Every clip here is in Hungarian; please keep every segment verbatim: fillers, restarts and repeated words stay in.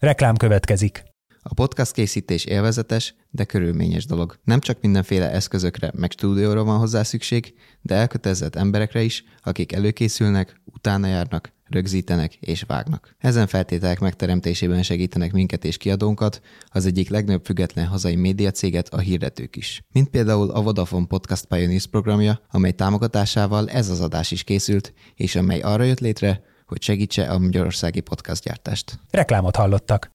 Reklám következik. A podcast készítés élvezetes, de körülményes dolog. Nem csak mindenféle eszközökre meg stúdióra van hozzá szükség, de elkötelezett emberekre is, akik előkészülnek, utána járnak, rögzítenek és vágnak. Ezen feltételek megteremtésében segítenek minket és kiadónkat, az egyik legnagyobb független hazai médiacéget, a hirdetők is. Mint például a Vodafone Podcast Pioneers programja, amely támogatásával ez az adás is készült, és amely arra jött létre, hogy segítse a magyarországi podcastgyártást. Reklámot hallottak.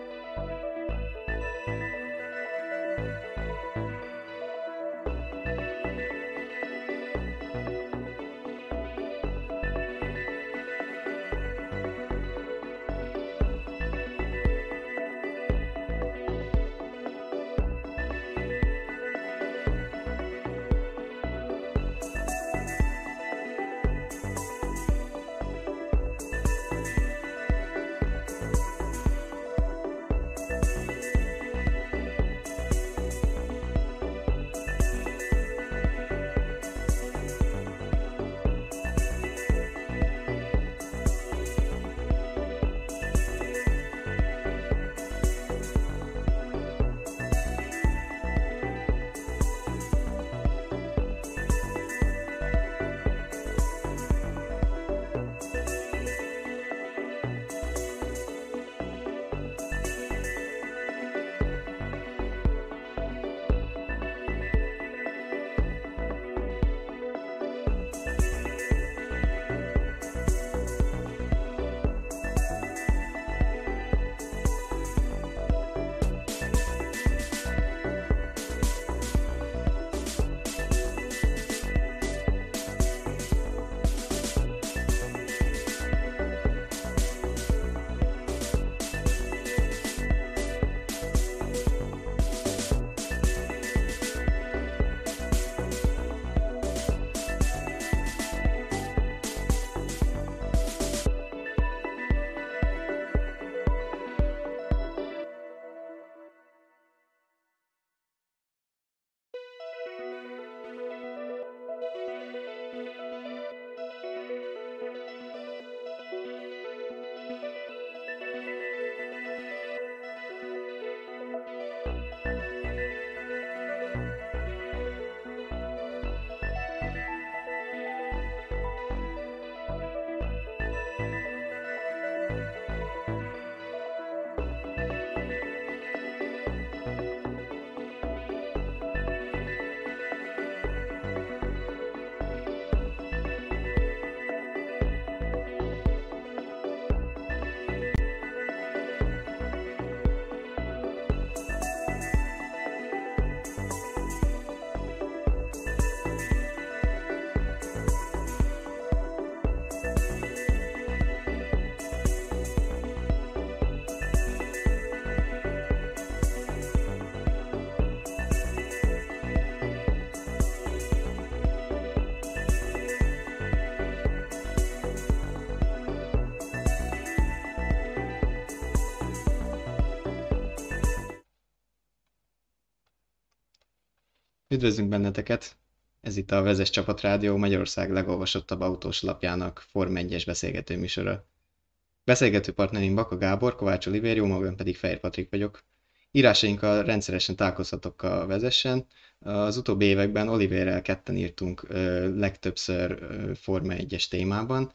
Üdvözlünk benneteket! Ez itt a Vezess Csapat Rádió, Magyarország legolvasottabb autós lapjának Forma egyes beszélgető műsora. Beszélgető partnereim Baka Gábor, Kovács Olivér, jó magam pedig Fehér Patrik vagyok. Írásainkkal rendszeresen találkozhatok a Vezessen. Az utóbbi években Olivérrel ketten írtunk ö, legtöbbször ö, Forma egyes témában,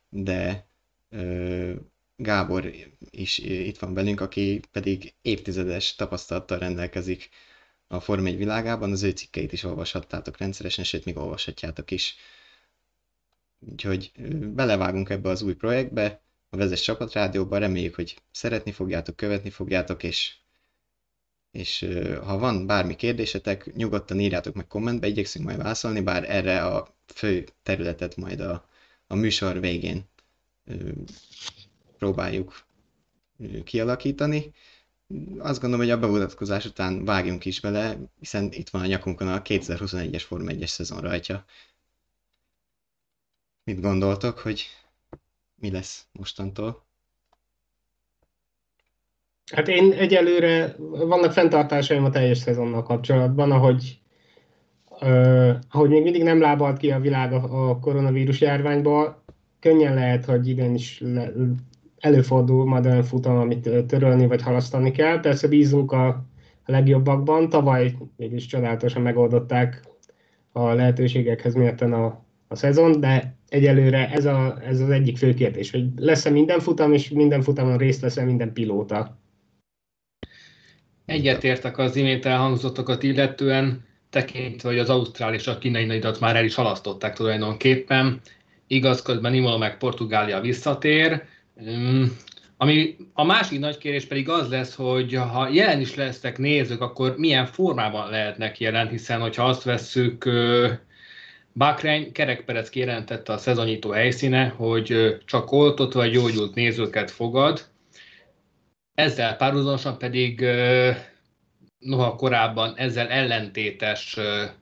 de ö, Gábor is itt van velünk, aki pedig évtizedes tapasztalattal rendelkezik a Forma egy világában, az ő cikkeit is olvashattátok rendszeresen, sőt, még olvashatjátok is. Úgyhogy belevágunk ebbe az új projektbe, a Vezess Csapat Rádióba, reméljük, hogy szeretni fogjátok, követni fogjátok, és, és ha van bármi kérdésetek, nyugodtan írjátok meg kommentbe, igyekszünk majd válaszolni, bár erre a fő területet majd a, a műsor végén próbáljuk kialakítani. Azt gondolom, hogy a bemutatkozás után vágjunk is bele, hiszen itt van a nyakunkon a kétezer-huszonegyes Forma egyes szezon rajtja. Mit gondoltok, hogy mi lesz mostantól? Hát én egyelőre vannak fenntartásaim a teljes szezonnal kapcsolatban, ahogy, uh, ahogy még mindig nem lábalt ki a világ a, a koronavírus járványból, könnyen lehet, hogy idén is le, előfordul majd olyan futam, amit törölni vagy halasztani kell. Persze bízunk a legjobbakban. Tavaly mégis csodálatosan megoldották a lehetőségekhez mérten a, a szezon, de egyelőre ez, a, ez az egyik fő kérdés, hogy lesz-e minden futam, és minden futamon részt vesz-e minden pilóta. Egyetértek az imént elhangzottakat illetően, tekintve, hogy az ausztrál és a kínai nagydíjat már el is halasztották tulajdonképpen. Igaz, közben Imola meg Portugália visszatér. Ami a másik nagy kérdés pedig az lesz, hogy ha jelen is lesznek nézők, akkor milyen formában lehetnek jelen, hiszen hogyha azt vesszük, Bahrein Kerekperec kijelentette a szezonnyitó helyszíne, hogy csak oltott vagy gyógyult nézőket fogad. Ezzel párhuzamosan pedig, noha korábban ezzel ellentétes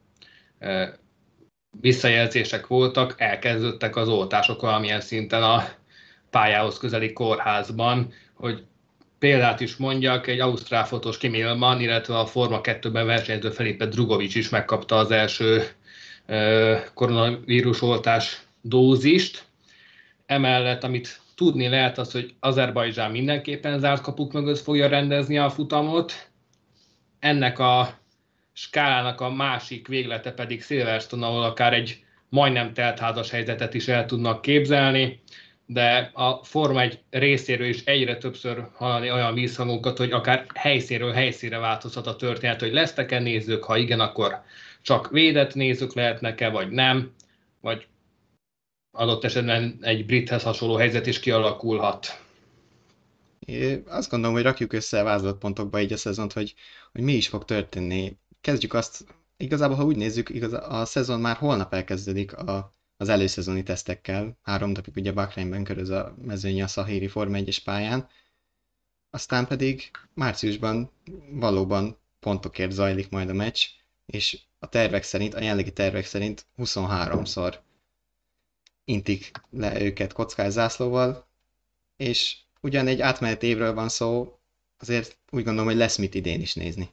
visszajelzések voltak, elkezdődtek az oltások valamilyen szinten a pályához közeli kórházban, hogy példát is mondjak, egy ausztrál fotós Kim Ilman, illetve a Forma kettőben versenyző Felipe Drugovich is megkapta az első koronavírus oltás dózist. Emellett, amit tudni lehet, az, hogy Azerbajdzsán mindenképpen zárt kapuk mögött fogja rendezni a futamot. Ennek a skálának a másik véglete pedig Silverstone, ahol akár egy majdnem teltházas helyzetet is el tudnak képzelni, de a Forma egy részéről is egyre többször hallani olyan visszhangokat, hogy akár helyszínről helyszínre változhat a történet, hogy lesznek-e nézők, ha igen, akkor csak védett nézők lehetnek-e, vagy nem, vagy adott esetben egy brithez hasonló helyzet is kialakulhat. Én azt gondolom, hogy rakjuk össze a vázlatpontokba így a szezont, hogy, hogy mi is fog történni. Kezdjük azt, igazából ha úgy nézzük, igaz, a szezon már holnap elkezdődik a, az előszezoni tesztekkel. Három napig ugye Bahreinben köröz a mezőny a Szahíri Forma egyes pályán. Aztán pedig márciusban valóban pontokért zajlik majd a meccs, és a tervek szerint, a jelenlegi tervek szerint huszonháromszor intik le őket kockás zászlóval, és ugyan egy átmeneti évről van szó, azért úgy gondolom, hogy lesz mit idén is nézni.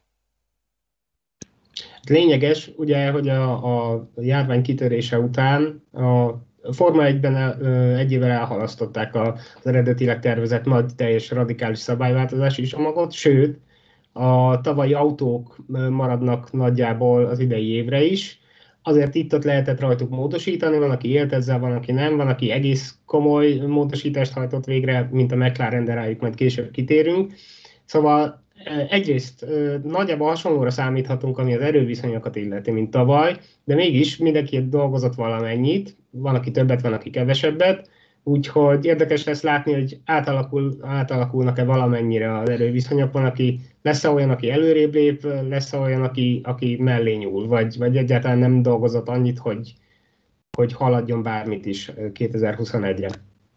Lényeges, ugye, hogy a, a járvány kitörése után a Forma egyben egy évvel elhalasztották az eredetileg tervezett nagy teljes radikális szabályváltozási csomagot, sőt, a tavalyi autók maradnak nagyjából az idei évre is. Azért itt-ott lehetett rajtuk módosítani, van, aki élt ezzel, van, aki nem, van, aki egész komoly módosítást hajtott végre, mint a McLaren, de rájuk majd később kitérünk. Szóval egyrészt nagyjából hasonlóra számíthatunk, ami az erőviszonyokat illeti, mint tavaly, de mégis mindenki dolgozott valamennyit, van, aki többet, van, aki kevesebbet, úgyhogy érdekes lesz látni, hogy átalakul, átalakulnak-e valamennyire az erőviszonyok, van, aki lesz olyan, aki előrébb lép, lesz olyan, aki, aki mellé nyúl, vagy, vagy egyáltalán nem dolgozott annyit, hogy, hogy haladjon bármit is kétezer-huszonegyre.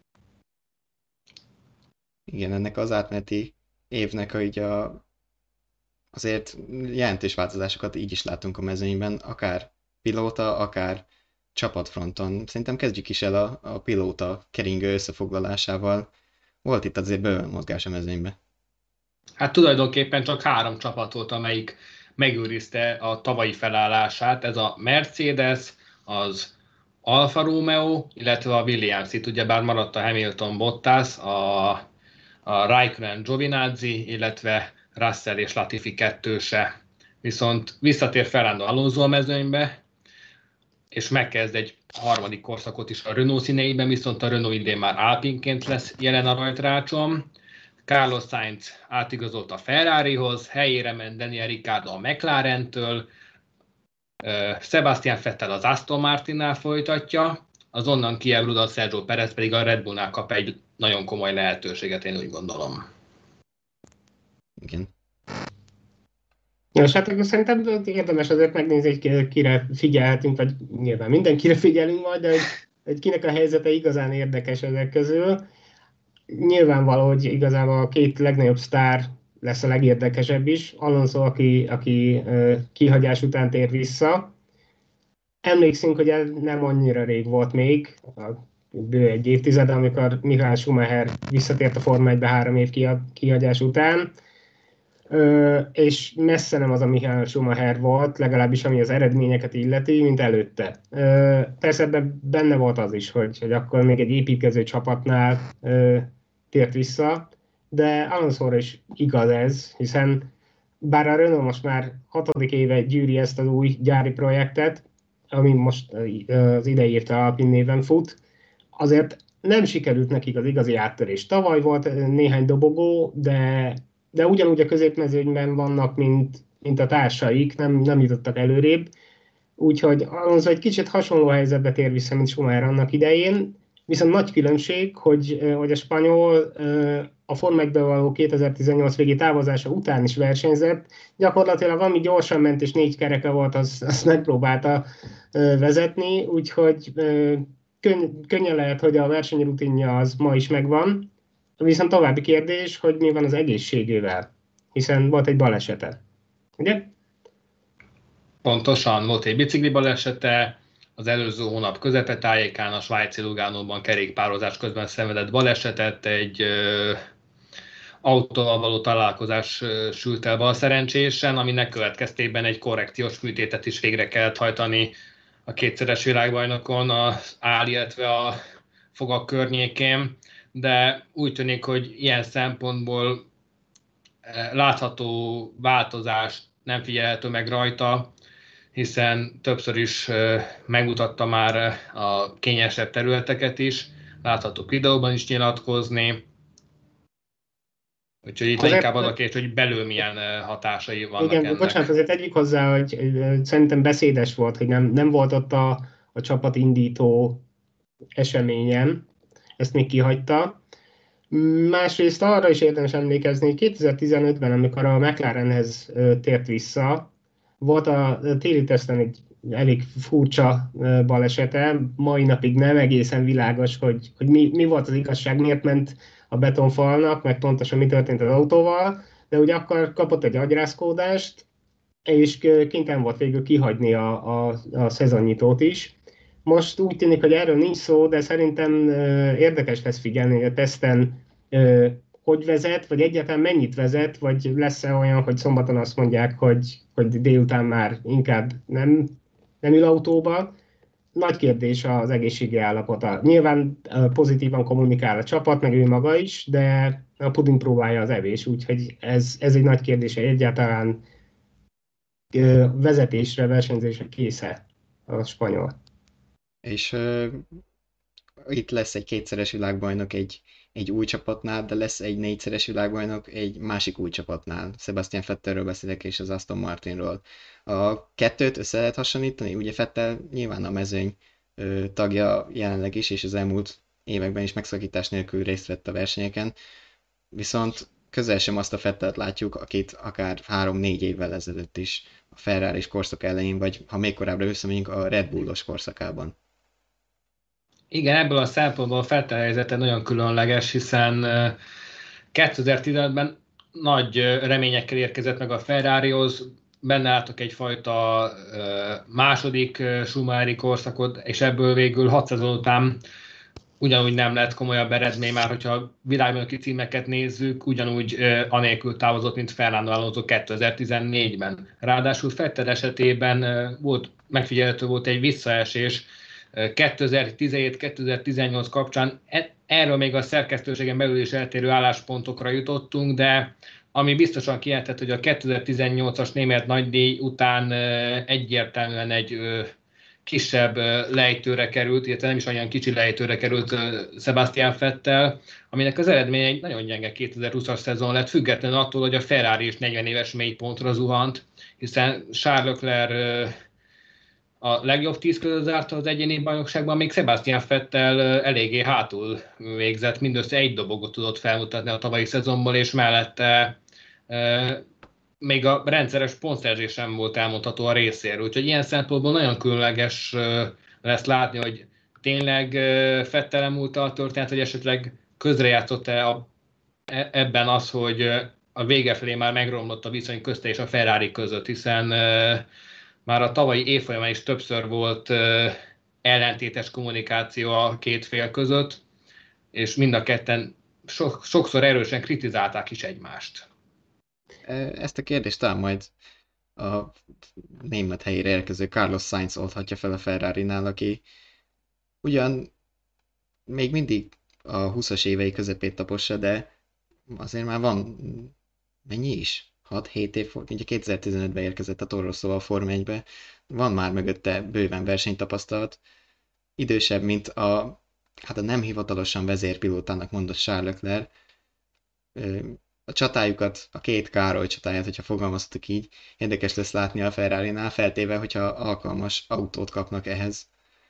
Igen, ennek az átmeneti évnek így a, azért jelentős változásokat így is látunk a mezőnyben, akár pilóta, akár csapatfronton. Szerintem kezdjük is el a, a pilóta keringő összefoglalásával. Volt itt azért bőven mozgás a mezőnyben. Hát tulajdonképpen csak három csapat volt, amelyik megőrizte a tavalyi felállását. Ez a Mercedes, az Alfa Romeo, illetve a Williams. Itt ugyebár maradt a Hamilton Bottas, a, a Raikkonen Giovinazzi, illetve Russell és Latifi kettőse. Viszont visszatér Fernando Alonso a mezőnybe, és megkezd egy harmadik korszakot is a Renault színeiben, viszont a Renault idén már Alpinként lesz jelen a rajtrácson. Carlos Sainz átigazolt a Ferrarihoz, helyére ment Daniel Ricciardo a McLarentől, Sebastian Vettel az Aston Martinnál folytatja, az onnan kievődött Sergio Perez pedig a Red Bullnál kap egy nagyon komoly lehetőséget, én úgy gondolom. Igen. És hát akkor szerintem érdemes azért megnézni, hogy kire figyelhetünk, vagy nyilván mindenkire figyelünk majd, de hogy, hogy kinek a helyzete igazán érdekes ezek közül. Nyilvánvaló, hogy igazából a két legnagyobb sztár lesz a legérdekesebb is. Alonso, aki, aki kihagyás után tér vissza. Emlékszünk, hogy ez nem annyira rég volt még, bő egy évtized, amikor Michael Schumacher visszatért a Forma egybe három év kihagyás után. Ö, és messze nem az a Michael Schumacher volt, legalábbis ami az eredményeket illeti, mint előtte. Ö, persze ebben benne volt az is, hogy, hogy akkor még egy építkező csapatnál ö, tért vissza, de Alonsóra is igaz ez, hiszen bár a Renault most már hatodik éve gyűri ezt az új gyári projektet, ami most az idei évtől Alpine néven fut, azért nem sikerült nekik az igazi áttörés. Tavaly volt néhány dobogó, de, de ugyanúgy a középmezőnyben vannak, mint, mint a társaik, nem, nem jutottak előrébb. Úgyhogy Alonso egy kicsit hasonló helyzetbe tér vissza, mint Schumacher annak idején, viszont nagy különbség, hogy, hogy a spanyol a Forma egybe való kétezer-tizennyolc végi távozása után is versenyzett. Gyakorlatilag ami gyorsan ment és négy kereke volt, azt, azt megpróbálta vezetni, úgyhogy könny- könnyen lehet, hogy a versenyrutinja az ma is megvan. Viszont további kérdés, hogy mi van az egészségével, hiszen volt egy balesete. Ugye? Pontosan, volt egy bicikli balesete, az előző hónap közepetájékán a svájci Lugánóban kerékpározás közben szenvedett balesetet, egy ö, autóval való találkozás ö, sült el balszerencsésen, aminek következtében egy korrekciós műtétet is végre kellett hajtani a kétszeres világbajnokon, az áll, illetve a fogak környékén, de úgy tűnik, hogy ilyen szempontból látható változás nem figyelhető meg rajta, hiszen többször is megmutatta már a kényesebb területeket is, látható videóban is nyilatkozni, úgyhogy itt Azért, inkább az a kérdés, hogy belül milyen hatásai vannak igen, ennek. bocsánat, azért tegyük hozzá, hogy szerintem beszédes volt, hogy nem, nem volt ott a, a csapatindító eseményen, ezt még kihagyta. Másrészt arra is érdemes emlékezni, hogy kétezer-tizenötben, amikor a McLarenhez tért vissza, volt a téli teszten egy elég furcsa balesete, mai napig nem egészen világos, hogy, hogy mi, mi volt az igazság, miért ment a betonfalnak, meg pontosan mi történt az autóval, de ugye akkor kapott egy agyrázkódást, és kénytelen volt végül kihagyni a, a, a szezonnyitót is. Most úgy tűnik, hogy erről nincs szó, de szerintem érdekes lesz figyelni, hogy a teszten hogy vezet, vagy egyáltalán mennyit vezet, vagy lesz-e olyan, hogy szombaton azt mondják, hogy, hogy délután már inkább nem, nem ül autóba. Nagy kérdés az egészségi állapota. Nyilván pozitívan kommunikál a csapat, meg ő maga is, de a puding próbálja az evés, úgyhogy ez, ez egy nagy kérdés, hogy egyáltalán vezetésre, versenyzésre késze a spanyol. És uh, itt lesz egy kétszeres világbajnok egy, egy új csapatnál, de lesz egy négyszeres világbajnok egy másik új csapatnál. Sebastian Vettelről beszélek, és az Aston Martinról. A kettőt össze lehet hasonlítani? Ugye Vettel nyilván a mezőny ö, tagja jelenleg is, és az elmúlt években is megszakítás nélkül részt vett a versenyeken. Viszont közel sem azt a Vettelt látjuk, akit akár három-négy évvel ezelőtt is a Ferrari korszak elején, vagy ha még korábbra visszamegyünk, a Red Bullos korszakában. Igen, ebből a szempontból a Vettel helyzete nagyon különleges, hiszen kétezer-tizenötben nagy reményekkel érkezett meg a Ferrarihoz, benne láttak egyfajta második Schumacheri korszakot, és ebből végül hat szezon után ugyanúgy nem lett komolyabb eredmény, már hogyha világbajnoki címeket nézzük, ugyanúgy anélkül távozott, mint Fernando Alonso kétezer-tizennégyben. Ráadásul Vettel esetében volt, megfigyelhető volt egy visszaesés, kétezer-tizenhét-kétezer-tizennyolc kapcsán erről még a szerkesztőségen belül is eltérő álláspontokra jutottunk, de ami biztosan kijelentett, hogy a kétezer-tizennyolcas német nagydíj után egyértelműen egy kisebb lejtőre került, illetve nem is olyan kicsi lejtőre került Sebastian Vettel, aminek az eredménye egy nagyon gyenge kétezer-húszas szezon lett, függetlenül attól, hogy a Ferrari is negyven éves mélypontra zuhant, hiszen Charles Leclerc a legjobb tíz között zárta az egyéni bajnokságban, még Sebastian Vettel eléggé hátul végzett, mindössze egy dobogot tudott felmutatni a tavalyi szezonból, és mellette e, még a rendszeres pontszerzés sem volt elmondható a részéről. Úgyhogy ilyen szempontból nagyon különleges lesz látni, hogy tényleg Vettel múlta a történet, hogy esetleg közrejátszott-e ebben az, hogy a vége felé már megromlott a viszony közte és a Ferrari között, hiszen e, már a tavalyi évfolyamán is többször volt uh, ellentétes kommunikáció a két fél között, és mind a ketten so- sokszor erősen kritizálták is egymást. Ezt a kérdést talán majd a német helyére érkező Carlos Sainz oldhatja fel a Ferrari-nál, aki ugyan még mindig a húszas évei közepét tapossa, de azért már van, mennyi is? hat-hét év, ugye kétezer-tizenötben érkezett a Toro Rosso a Forma egybe, van már mögötte bőven versenytapasztalat, idősebb, mint a, hát a nem hivatalosan vezérpilótának mondott Charles Leclerc. A csatájukat, a két Károly csatáját, hogyha fogalmaztuk így, érdekes lesz látni a Ferrari-nál, feltéve, hogyha alkalmas autót kapnak ehhez.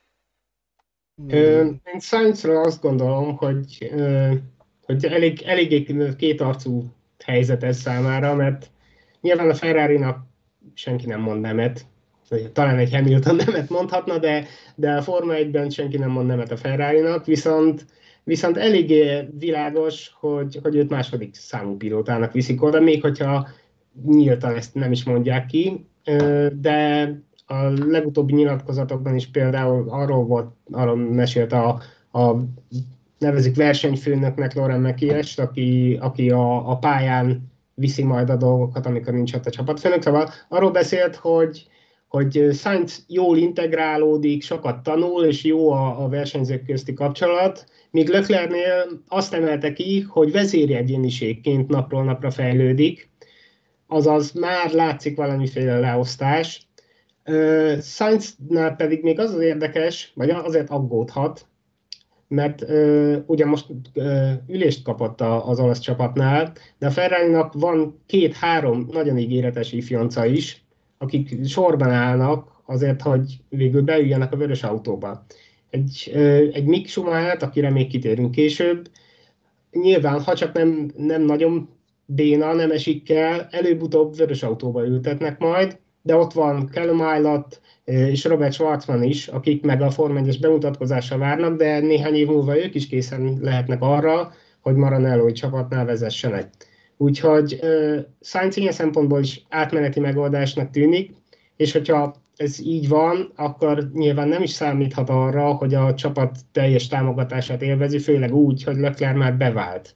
Ö, Én Sainzról azt gondolom, hogy, ö, hogy elég, eléggé kétarcú helyzet ez számára, mert nyilván a Ferrari-nak senki nem mond nemet, talán egy Hamilton nemet mondhatna, de, de a Forma egyben senki nem mond nemet a Ferrari-nak, viszont, viszont eléggé világos, hogy, hogy őt második számú pilótának viszik oda, még hogyha nyíltan ezt nem is mondják ki, de a legutóbbi nyilatkozatokban is például arról volt, arról mesélt a, a nevezik versenyfőnöknek Lauren Mekies, aki, aki a, a pályán viszi majd a dolgokat, amikor nincs ott a csapatfőnök. Szóval arról beszélt, hogy, hogy Sainz jól integrálódik, sokat tanul, és jó a, a versenyzők közti kapcsolat, míg Leclercnél azt emelte ki, hogy vezéregyéniségként napról napra fejlődik, azaz már látszik valamiféle leosztás. Uh, Sainznál pedig még az az érdekes, vagy azért aggódhat, mert uh, ugye most uh, ülést kapott a, az olasz csapatnál, de a Ferrari-nak van két-három nagyon ígéretes ifjonca is, akik sorban állnak azért, hogy végül beüljenek a vörös autóba. Egy, uh, egy Mick Schumacher, akire még kitérünk később, nyilván, ha csak nem, nem nagyon béna, nem esik el, előbb-utóbb vörös autóba ültetnek majd, de ott van Callum Ilott és Robert Schwarzman is, akik meg a Forma egyes bemutatkozásra várnak, de néhány év múlva ők is készen lehetnek arra, hogy Maranellói csapatnál vezessenek. Úgyhogy uh, Sainz ilyen szempontból is átmeneti megoldásnak tűnik, és hogyha ez így van, akkor nyilván nem is számíthat arra, hogy a csapat teljes támogatását élvezi, főleg úgy, hogy Leclerc már bevált.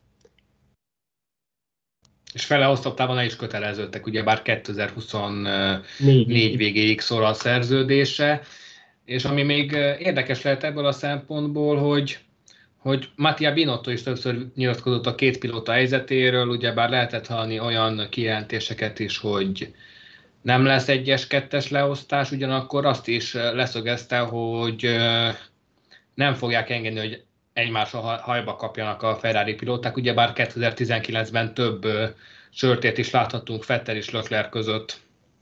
És fele hosszabb távon el is köteleződtek, ugyebár kétezer-huszonnégy végéig szól a szerződése, és ami még érdekes lehet ebből a szempontból, hogy, hogy Mattia Binotto is többször nyilatkozott a két pilóta helyzetéről, ugyebár lehetett hallani olyan kijelentéseket is, hogy nem lesz egyes-kettes leosztás, ugyanakkor azt is leszögezte, hogy nem fogják engedni, hogy egymásra hajba kapjanak a Ferrari pilóták, ugyebár kétezer-tizenkilencben több sörtét is láthatunk Vettel és Leclerc között.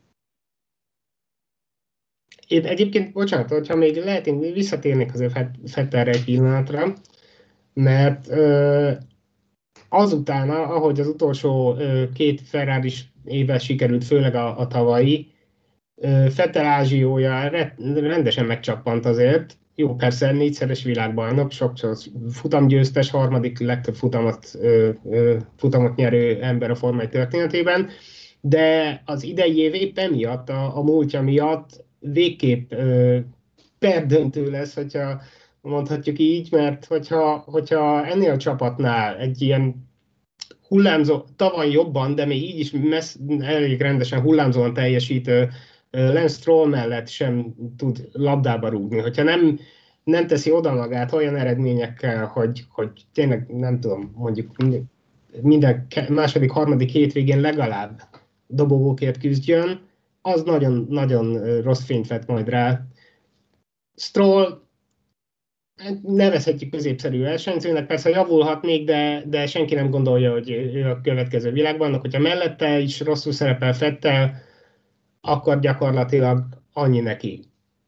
Én egyébként, bocsánat, hogyha még lehet, én visszatérnék azért Vettelre egy pillanatra, mert azután, ahogy az utolsó két Ferrari-s éve sikerült, főleg a, a tavalyi, Vettel ázsiója rendesen megcsappant azért. Jó, persze négyszeres világbajnok, sokszor futamgyőztes, harmadik legtöbb futamot, futamot nyerő ember a Forma egy történetében, de az idei év épp emiatt, a, a múltja miatt végképp perdöntő lesz, hogyha mondhatjuk így, mert hogyha, hogyha ennél a csapatnál egy ilyen hullámzó, tavaly jobban, de még így is messz, elég rendesen hullámzóan teljesítő Lance Stroll mellett sem tud labdába rúgni. Hogyha nem, nem teszi oda magát olyan eredményekkel, hogy, hogy tényleg nem tudom, mondjuk minden második, harmadik hétvégén legalább dobogókért küzdjön, az nagyon, nagyon rossz fényt vett majd rá. Stroll nevezhetjük középszerű versenyzőnek, persze javulhat még, de, de senki nem gondolja, hogy ő a következő világban, hogyha mellette is rosszul szerepel Vettel, akkor gyakorlatilag annyi neki.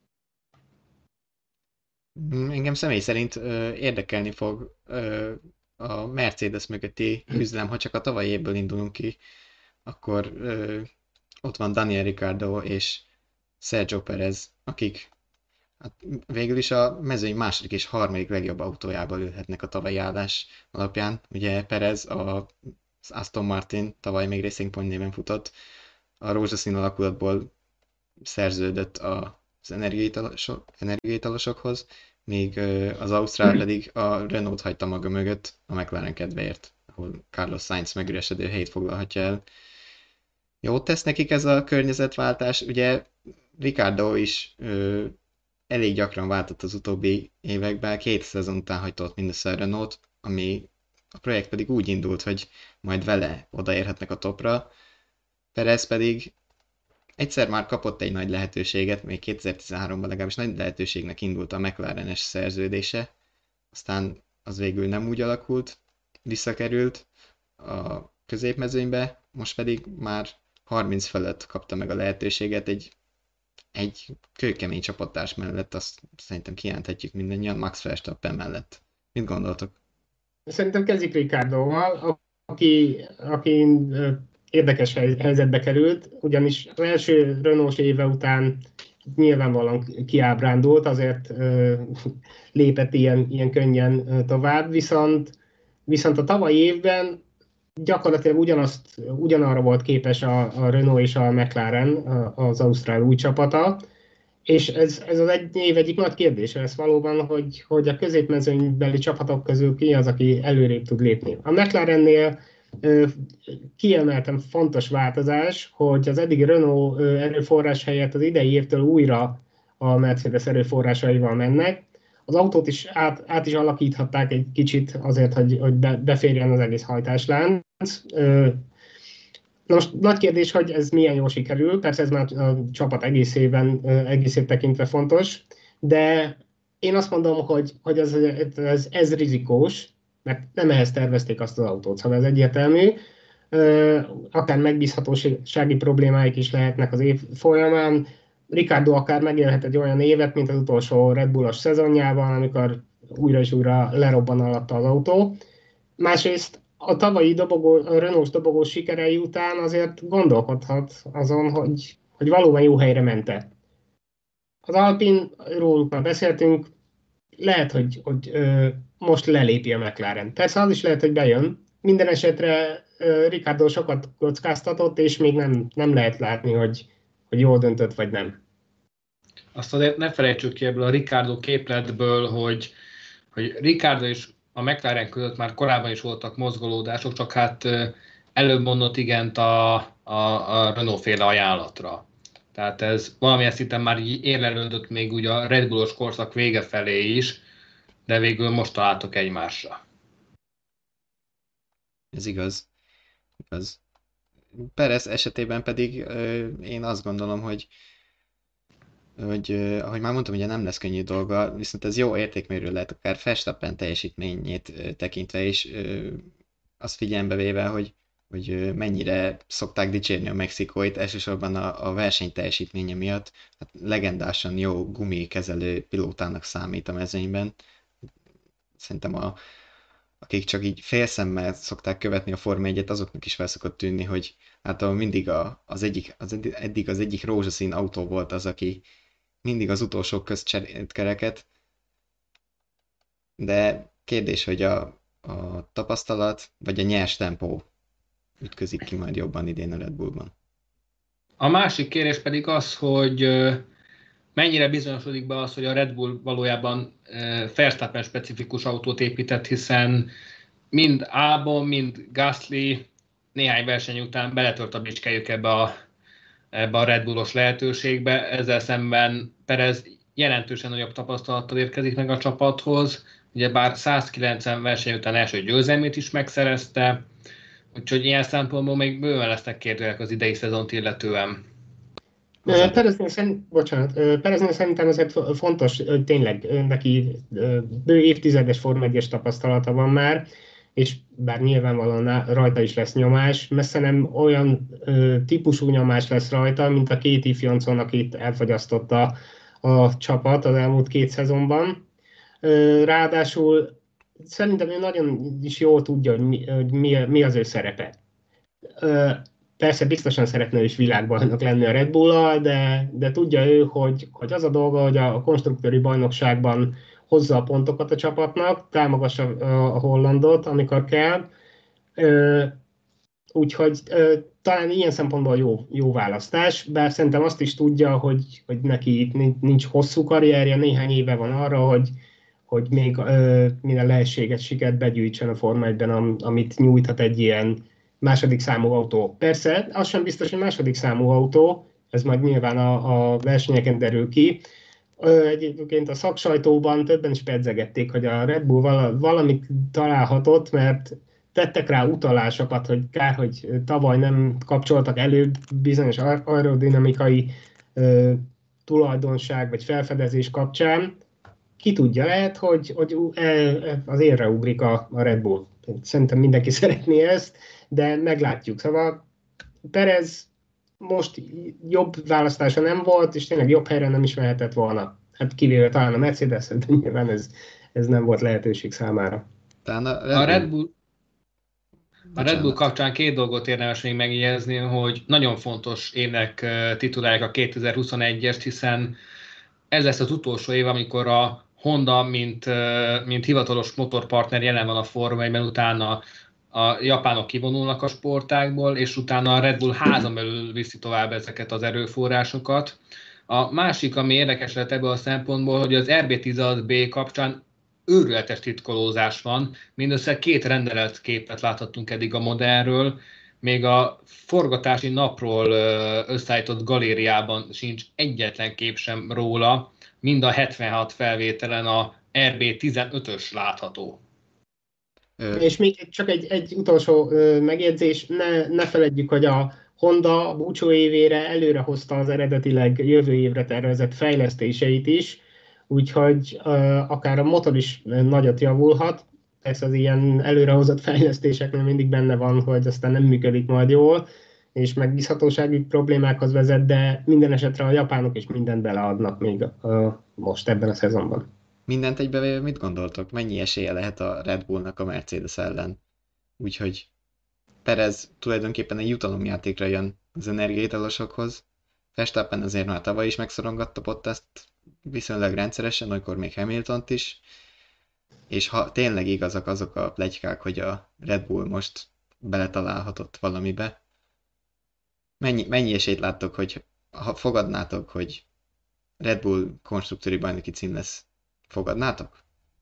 Engem személy szerint ö, érdekelni fog ö, a Mercedes mögötti küzdelem, ha csak a tavalyi évből indulunk ki, akkor ö, ott van Daniel Ricciardo és Sergio Perez, akik hát végül is a mezőny második és harmadik legjobb autójába ülhetnek a tavalyi állás alapján. Ugye Perez a, az Aston Martin tavaly még Racing Point néven futott, a rózsaszín alakulatból szerződött az energiaitalosok, energiaitalosokhoz, míg az Ausztrál pedig a Renault hagyta maga mögött a McLaren kedvéért, ahol Carlos Sainz megüresedő helyét foglalhatja el. Jót tesz nekik ez a környezetváltás, ugye Ricciardo is elég gyakran váltott az utóbbi években, két szezon után hagyta ott mindössze a Renault, ami a projekt pedig úgy indult, hogy majd vele odaérhetnek a topra. Perez pedig egyszer már kapott egy nagy lehetőséget, még kétezer-tizenháromban legalábbis nagy lehetőségnek indult a McLaren-es szerződése, aztán az végül nem úgy alakult, visszakerült a középmezőnybe, most pedig már harminc fölött kapta meg a lehetőséget egy, egy kőkemény csapattárs mellett, azt szerintem kijelenthetjük mindannyian, Max Verstappen mellett. Mit gondoltok? Szerintem kezdjük Ricciardoval, aki, aki érdekes helyzetbe került, ugyanis az első Renault éve után nyilvánvalóan kiábrándult, azért ö, lépett ilyen, ilyen könnyen ö, tovább, viszont, viszont a tavalyi évben gyakorlatilag ugyanazt, ugyanarra volt képes a, a Renault és a McLaren, az ausztrál új csapata, és ez, ez az egy év egyik nagy kérdése lesz valóban, hogy, hogy a középmezőnybeli csapatok közül ki az, aki előrébb tud lépni. A McLarennél ö, kiemeltem fontos változás, hogy az eddigi Renault ö, erőforrás helyett az idei évtől újra a Mercedes erőforrásaival mennek. Az autót is át, át is alakíthatták egy kicsit azért, hogy, hogy be, beférjen az egész hajtáslánc. Ö, Na most nagy kérdés, hogy ez milyen jól sikerül, persze ez már a csapat egészében, egészét tekintve fontos, de én azt mondom, hogy, hogy ez, ez, ez rizikós, mert nem ehhez tervezték azt az autót, szóval ez egyértelmű. Akár megbízhatósági problémáik is lehetnek az év folyamán. Ricciardo akár megélhet egy olyan évet, mint az utolsó Red Bullos szezonjában, amikor újra és újra lerobban alatta az autó. Másrészt a tavalyi dobogó, a Renault dobogós sikerei után azért gondolkodhat azon, hogy, hogy valóban jó helyre ment-e. Az Alpine-ról már beszéltünk, lehet, hogy, hogy ö, most lelépi a McLaren. Persze az is lehet, hogy bejön. Minden esetre ö, Ricciardo sokat kockáztatott, és még nem, nem lehet látni, hogy, hogy jól döntött, vagy nem. Azt azért ne felejtsük ki ebből a Ricciardo képletből, hogy, hogy Ricciardo és a McLaren között már korábban is voltak mozgolódások, csak hát előbb mondott igent a, a, a Renault-féle ajánlatra. Tehát ez valamilyen szinten már érlelődött még úgy a Red Bullos korszak vége felé is, de végül most találtok egymásra. Ez igaz. igaz. Perez esetében pedig ö, én azt gondolom, hogy hogy uh, ahogy már mondtam, ugye nem lesz könnyű dolga, viszont ez jó értékmérő lehet, akár Verstappen teljesítményét uh, tekintve is, uh, azt figyelembe véve, hogy, hogy uh, mennyire szokták dicsérni a mexikóit, elsősorban a, a verseny teljesítménye miatt, hát legendásan jó gumikezelő pilótának számít a mezőnyben. Szerintem a, akik csak így félszemmel szokták követni a Forma egyet, azoknak is fel szokott tűnni, hogy hát mindig a, az egyik, az eddig az egyik rózsaszín autó volt az, aki mindig az utolsó közt cserélt kereket, de kérdés, hogy a, a tapasztalat vagy a nyers tempó ütközik ki majd jobban idén a Red Bullban. A másik kérdés pedig az, hogy mennyire bizonyosodik be az, hogy a Red Bull valójában Verstappen specifikus autót épített, hiszen mind Albon, mind Gasly néhány verseny után beletört a bicskelyük ebbe a, ebbe a Red Bullos lehetőségbe, ezzel szemben Perez jelentősen nagyobb tapasztalattal érkezik meg a csapathoz, ugyebár százkilencven verseny után első győzelmét is megszerezte, úgyhogy ilyen szempontból még bőven lesznek kérdőjelek az idei szezont illetően. Pereznél szerint, bocsánat, Pereznél szerintem azért fontos, hogy tényleg neki bő évtizedes Forma egyes tapasztalata van már, és bár nyilvánvalóan rajta is lesz nyomás, messze nem olyan ö, típusú nyomás lesz rajta, mint a két ifjoncon, akit elfogyasztotta a csapat az elmúlt két szezonban. Ö, ráadásul szerintem ő nagyon is jól tudja, hogy mi, hogy mi, mi az ő szerepe. Ö, persze biztosan szeretne is világbajnok lenni a Red Bull-al, de, de tudja ő, hogy, hogy az a dolga, hogy a konstruktőri bajnokságban hozza a pontokat a csapatnak, támogassa a hollandot, amikor kell. Úgyhogy talán ilyen szempontból jó, jó választás, bár szerintem azt is tudja, hogy, hogy neki nincs hosszú karrierje, néhány éve van arra, hogy, hogy még minden lehetséges sikert begyűjtsön a Forma egyben, amit nyújthat egy ilyen második számú autó. Persze, az sem biztos, hogy második számú autó, ez majd nyilván a, a versenyeken derül ki. Egyébként a szaksajtóban többen is pedzegették, hogy a Red Bull valamit találhatott, mert tettek rá utalásokat, hogy kár, hogy tavaly nem kapcsoltak elő bizonyos aerodinamikai ö, tulajdonság vagy felfedezés kapcsán. Ki tudja, lehet, hogy, hogy az érre ugrik a, a Red Bull. Szerintem mindenki szeretné ezt, de meglátjuk. Szóval Perez most jobb választása nem volt, és tényleg jobb helyre nem is mehetett volna. Hát kivéve talán a Mercedes, de nyilván ez, ez nem volt lehetőség számára. Talán a Red Bull... A Red Bull... A Red Bull kapcsán két dolgot érdemes még megjegyezni, hogy nagyon fontos évnek titulálják a kétezer-huszonegyest, hiszen ez lesz az utolsó év, amikor a Honda, mint, mint hivatalos motorpartner jelen van a Forma egyben, utána a japánok kivonulnak a sportágból, és utána a Red Bull házon belül viszi tovább ezeket az erőforrásokat. A másik, ami érdekes lett ebből a szempontból, hogy az er bé tizenhat bé kapcsán őrületes titkolózás van. Mindössze két rendelet képet láthattunk eddig a modellről, még a forgatási napról összeállított galériában sincs egyetlen kép sem róla, mind a hetvenhat felvételen a er bé tizenötös látható. Ö... És még csak egy, egy utolsó ö, megjegyzés, ne, ne feledjük, hogy a Honda a búcsú évére előre hozta az eredetileg jövő évre tervezett fejlesztéseit is, úgyhogy ö, akár a motor is nagyot javulhat. Ez az ilyen előrehozott fejlesztéseknél mindig benne van, hogy aztán nem működik majd jól, és megbízhatósági problémákhoz vezet, de minden esetre a japánok is mindent beleadnak még ö, most ebben a szezonban. Mindent egybevéve mit gondoltok? Mennyi esélye lehet a Red Bullnak a Mercedes ellen? Úgyhogy Perez tulajdonképpen egy jutalomjátékra jön az energiaitalosokhoz. Verstappen azért már tavaly is megszorongatta Bottast viszonylag rendszeresen, olykor még Hamiltont is. És ha tényleg igazak azok a pletykák, hogy a Red Bull most beletalálhatott valamibe, mennyi, mennyi esélyt láttok, hogy ha fogadnátok, hogy Red Bull konstruktőri bajnoki cím lesz, fogadnátok?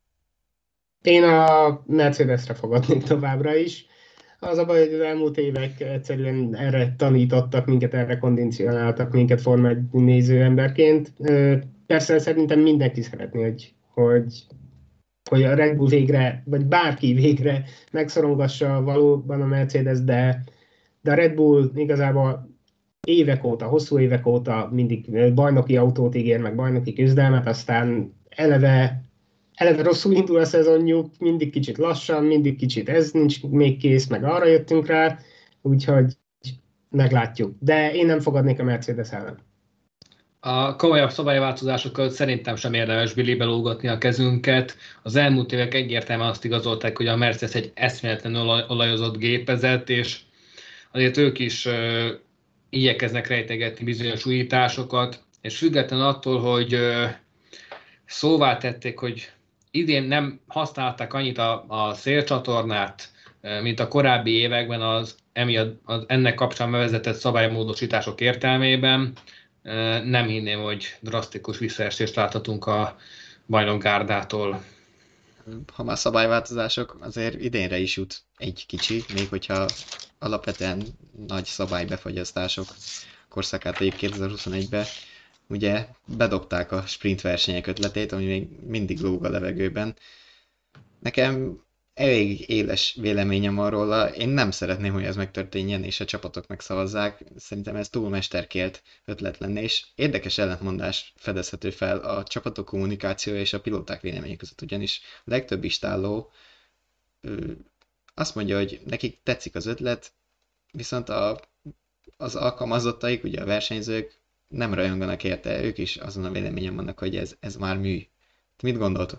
Én a Mercedesre fogadnék továbbra is. Az a baj, hogy az elmúlt évek egyszerűen erre tanítottak minket, erre kondicionáltak minket Forma egy néző emberként. Persze szerintem mindenki szeretné, hogy, hogy, hogy a Red Bull végre, vagy bárki végre megszorongassa valóban a Mercedes, de, de a Red Bull igazából évek óta, hosszú évek óta mindig bajnoki autót ígér, meg bajnoki küzdelmet, aztán eleve Eleve rosszul indul a szezonjuk, mindig kicsit lassan, mindig kicsit ez nincs még kész, meg arra jöttünk rá, úgyhogy meglátjuk. De én nem fogadnék a Mercedes ellen. A komolyabb szabályváltozásokkal szerintem sem érdemes bilibe lógatni a kezünket. Az elmúlt évek egyértelműen azt igazolták, hogy a Mercedes egy eszméletlenül olajozott gépezet, és azért ők is uh, igyekeznek rejtegetni bizonyos újításokat, és függetlenül attól, hogy uh, szóvá tették, hogy idén nem használták annyit a, a szélcsatornát, mint a korábbi években az, emiatt, az ennek kapcsán bevezetett szabálymódosítások értelmében. Nem hinném, hogy drasztikus visszaesést láthatunk a bajnokgárdától. Ha már szabályváltozások, azért idénre is jut egy kicsi, még hogyha alapvetően nagy szabálybefagyasztások korszakát vegyük kétezer-huszonegybe. Ugye bedobták a sprint versenyek ötletét, ami még mindig lóg a levegőben. Nekem elég éles véleményem van róla, én nem szeretném, hogy ez megtörténjen, és a csapatok megszavazzák. Szerintem ez túl mesterkélt ötlet lenne, és érdekes ellentmondás fedezhető fel a csapatok kommunikációja és a pilóták vélemények között, ugyanis a legtöbb istálló azt mondja, hogy nekik tetszik az ötlet, viszont a, az alkalmazottaik, ugye a versenyzők nem rajonganak érte, ők is azon a véleményen vannak, hogy ez, ez már mű. Mit gondoltok?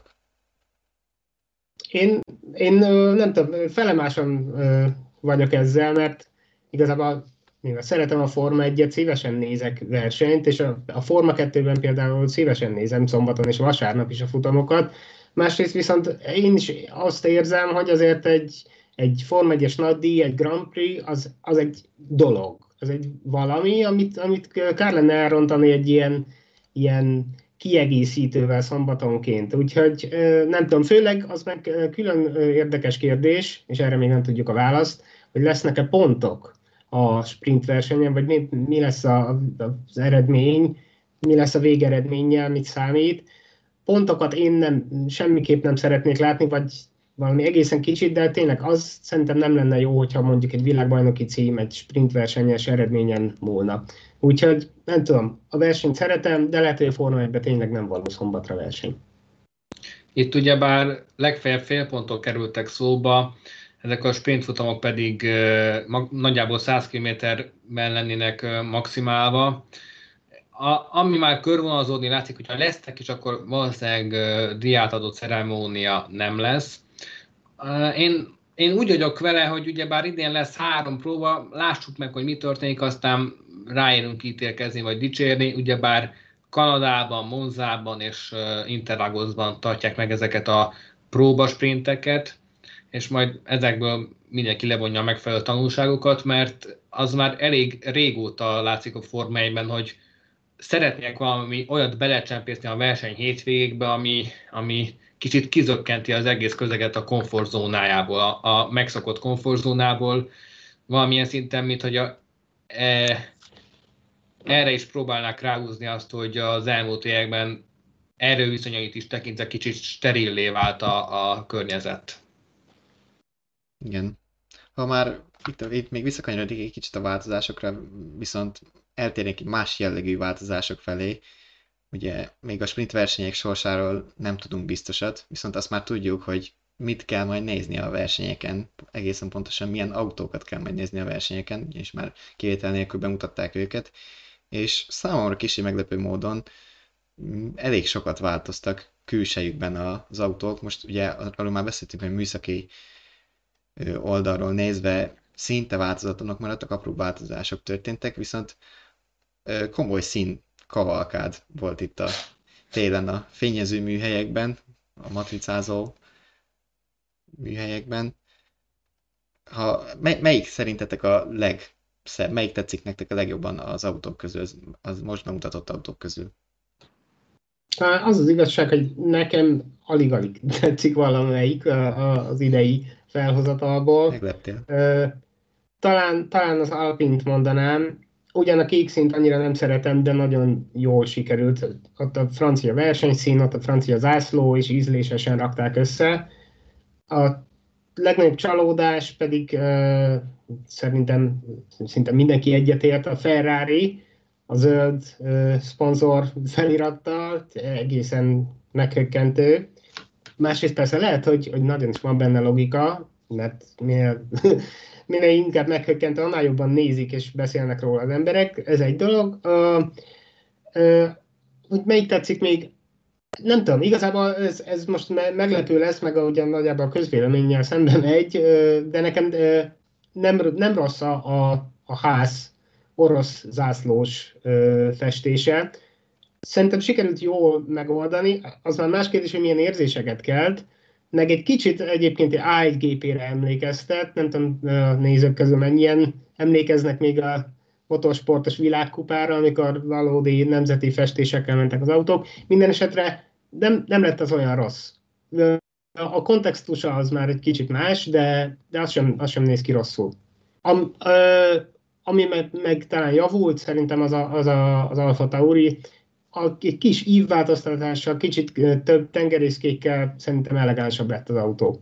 Én, én nem tudom, felemáson vagyok ezzel, mert igazából mivel szeretem a Forma egyet, szívesen nézek versenyt, és a, a Forma kettőben például szívesen nézem szombaton és vasárnap is a futamokat. Másrészt viszont én is azt érzem, hogy azért egy, egy Forma egyes nagydíj, egy Grand Prix, az, az egy dolog. Ez egy valami, amit, amit kár lenne elrontani egy ilyen, ilyen kiegészítővel szombatonként. Úgyhogy nem tudom, főleg az meg külön érdekes kérdés, és erre még nem tudjuk a választ, hogy lesznek-e pontok a sprint versenyen, vagy mi, mi lesz a, az eredmény. mi lesz a végeredménnyel, mit számít. Pontokat én nem, semmiképp nem szeretnék látni, vagy valami egészen kicsit, de tényleg az szerintem nem lenne jó, hogyha mondjuk egy világbajnoki cím egy sprintversenyes eredményen múlna. Úgyhogy nem tudom, a versenyt szeretem, de lehet, hogy a Forma egyben tényleg nem való szombatra verseny. Itt ugyebár legfeljebb fél pontok kerültek szóba, ezek a sprintfutamok pedig uh, nagyjából száz kilométerben lennének uh, maximálva. A, ami már körvonalazódni látszik, hogyha lesznek is, akkor valószínűleg uh, díját adott ceremónia nem lesz. Uh, én, én úgy vagyok vele, hogy ugyebár idén lesz három próba, lássuk meg, hogy mi történik, aztán ráérünk ítélkezni vagy dicsérni, ugyebár Kanadában, Monzában és uh, Interlagosban tartják meg ezeket a próbasprinteket, és majd ezekből mindenki levonja a megfelelő tanulságokat, mert az már elég régóta látszik a Forma egyben, hogy szeretnék valami olyat belecsempészni a verseny hétvégékbe, ami, ami kicsit kizökkenti az egész közeget a komfortzónájából, a, a megszokott komfortzónából, valamilyen szinten, mint hogy a, e, erre is próbálnák ráhúzni azt, hogy az elmúlt években erőviszonyait is tekintve kicsit sterillé vált a, a környezet. Igen. Ha már itt, itt még visszakanyarodik egy kicsit a változásokra, viszont eltérnék más jellegű változások felé. Ugye még a sprint versenyek sorsáról nem tudunk biztosat, viszont azt már tudjuk, hogy mit kell majd nézni a versenyeken, egészen pontosan milyen autókat kell majd nézni a versenyeken, és már kivétel nélkül bemutatták őket, és számomra kicsi meglepő módon elég sokat változtak külsejükben az autók. Most ugye arról már beszéltünk, hogy műszaki oldalról nézve szinte változatlanok maradtak, apró változások történtek, viszont komoly szín kavalkád volt itt a télen a fényező műhelyekben, a matricázó műhelyekben. Ha, mely, melyik szerintetek a legszebb, melyik tetszik nektek a legjobban az autók közül, az, az most bemutatott autók közül? Az az igazság, hogy nekem alig-alig tetszik valamelyik az idei felhozatalból. Megleptél? Talán, talán az Alpint mondanám, ugyan a kék színt annyira nem szeretem, de nagyon jól sikerült. Ott a francia versenyszín, ott a francia zászló, és ízlésesen rakták össze. A legnagyobb csalódás pedig uh, szerintem szinte mindenki egyetért, a Ferrari, a zöld uh, szponzor felirattal, egészen meghökkentő. Másrészt persze lehet, hogy, hogy nagyon is van benne logika, mert minél, minél inkább meghökkentő, annál jobban nézik és beszélnek róla az emberek. Ez egy dolog. Uh, uh, hogy melyik tetszik még? Nem tudom, igazából ez, ez most meglepő lesz, meg ugyan nagyjából a közvéleménnyel szemben megy, uh, de nekem uh, nem, nem rossz a, a, a ház orosz zászlós uh, festése. Szerintem sikerült jól megoldani, az már más kérdés, hogy milyen érzéseket kelt, meg egy kicsit egyébként egy á egy gé pére emlékeztet, nem tudom, a nézők közül mennyien emlékeznek még a motorsportos világkupára, amikor valódi nemzeti festésekkel mentek az autók. Minden esetre nem, nem lett az olyan rossz. A kontextusa az már egy kicsit más, de, de az, sem, az sem néz ki rosszul. Am, ö, ami meg, meg talán javult, szerintem az a, az, a, az Alfa Tauri, a kis ívváltoztatással, kicsit több tengerészkékkel szerintem elegánsabb lett az autó.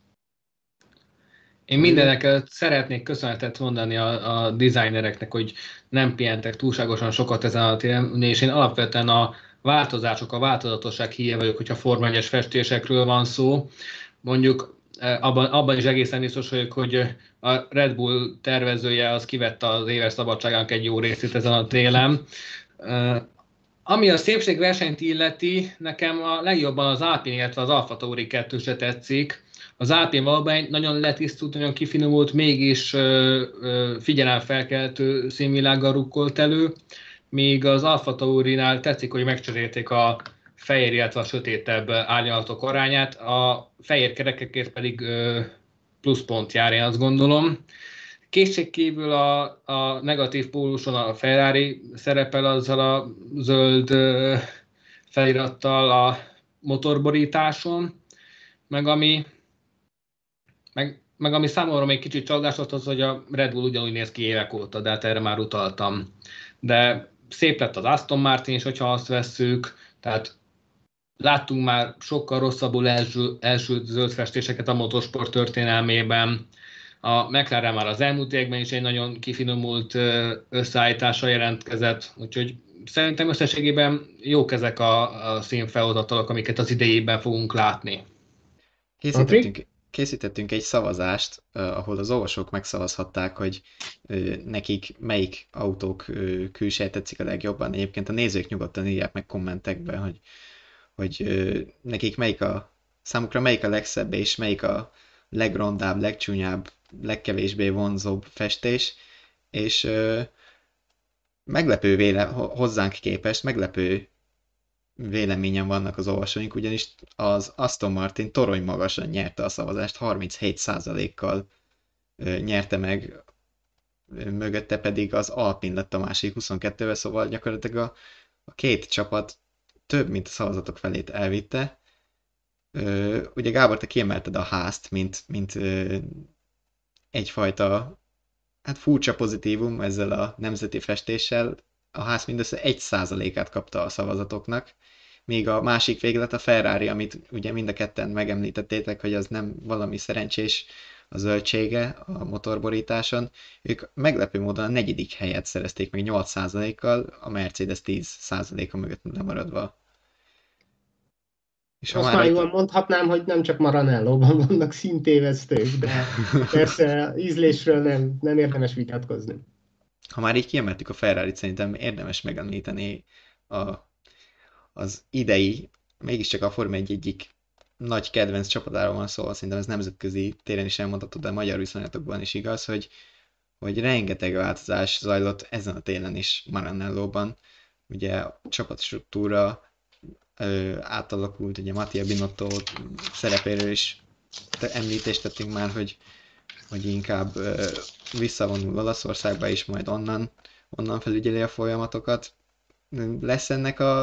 Én mindenekkel szeretnék köszönetet mondani a, a designereknek, hogy nem pihentek túlságosan sokat ezen a téren, és én alapvetően a változások, a változatosság híve vagyok, hogyha Forma egyes festésekről van szó. Mondjuk abban, abban is egészen biztos vagyok, hogy a Red Bull tervezője az kivette az éves szabadságának egy jó részét ezen a télen. Ami a szépségversenyt illeti, nekem a legjobban az Alpine, illetve az Alfa Tauri kettőse tetszik. Az Alpine valóban egy nagyon letisztult, nagyon kifinomult, mégis ö, ö, figyelemfelkeltő színvilággal rukkolt elő, míg az Alfa Taurinál tetszik, hogy megcserélték a fehér, illetve a sötétebb árnyalatok arányát, a fehér kerekekért pedig ö, pluszpont jár, én azt gondolom. Kétségkívül a, a negatív póluson a Ferrari szerepel azzal a zöld ö, felirattal a motorborításon, meg ami, meg, meg ami számomra még kicsit csalódás volt az, hogy a Red Bull ugyanúgy néz ki évek óta, de hát erre már utaltam. De szép lett az Aston Martin is, hogyha azt vesszük, tehát láttunk már sokkal rosszabbul első, első zöldfestéseket a motorsport történelmében. A McLaren már az elmúlt években is egy nagyon kifinomult összeállítással jelentkezett, úgyhogy szerintem összességében jók ezek a, a színfelhozatalok, amiket az idejében fogunk látni. Készítettünk, készítettünk egy szavazást, uh, ahol az olvasók megszavazhatták, hogy uh, nekik melyik autók uh, külseje tetszik a legjobban. Egyébként a nézők nyugodtan írják meg kommentekben, hogy, hogy uh, nekik melyik a, számukra melyik a legszebb és melyik a legrondább, legcsúnyább, legkevésbé vonzóbb festés, és uh, meglepő véle, hozzánk képest, meglepő véleményen vannak az olvasóink, ugyanis az Aston Martin torony magasan nyerte a szavazást, harminchét százalékkal nyerte meg, mögötte pedig az Alpine lett a másik huszonkettővel, szóval gyakorlatilag a, a két csapat több, mint a szavazatok felét elvitte. Ugye Gábor, te kiemelted a Haast, mint, mint egyfajta hát furcsa pozitívum ezzel a nemzeti festéssel. A Haas mindössze egy százalékát kapta a szavazatoknak, míg a másik véglet a Ferrari, amit ugye mind a ketten megemlítettétek, hogy az nem valami szerencsés a zöldsége a motorborításon. Ők meglepő módon a negyedik helyet szerezték meg nyolc százalékkal, a Mercedes tíz százaléka mögött lemaradva. És azt már jól mondhatnám, hogy nem csak Maranellóban vannak szintévesztők, de persze ízlésről nem, nem érdemes vitatkozni. Ha már így kiemeltük a Ferrarit, szerintem érdemes megemlíteni a, az idei, mégiscsak a Forma egy egyik nagy kedvenc csapatáról van szó, szerintem ez nemzetközi téren is elmondható, de magyar viszonylatokban is igaz, hogy, hogy rengeteg változás zajlott ezen a télen is Maranellóban. Ugye a csapatstruktúra ö, átalakult, ugye Mattia Binotto szerepéről is említést tettünk már, hogy hogy inkább ö, visszavonul Olaszországba, és majd onnan, onnan felügyeli a folyamatokat. Lesz ennek a,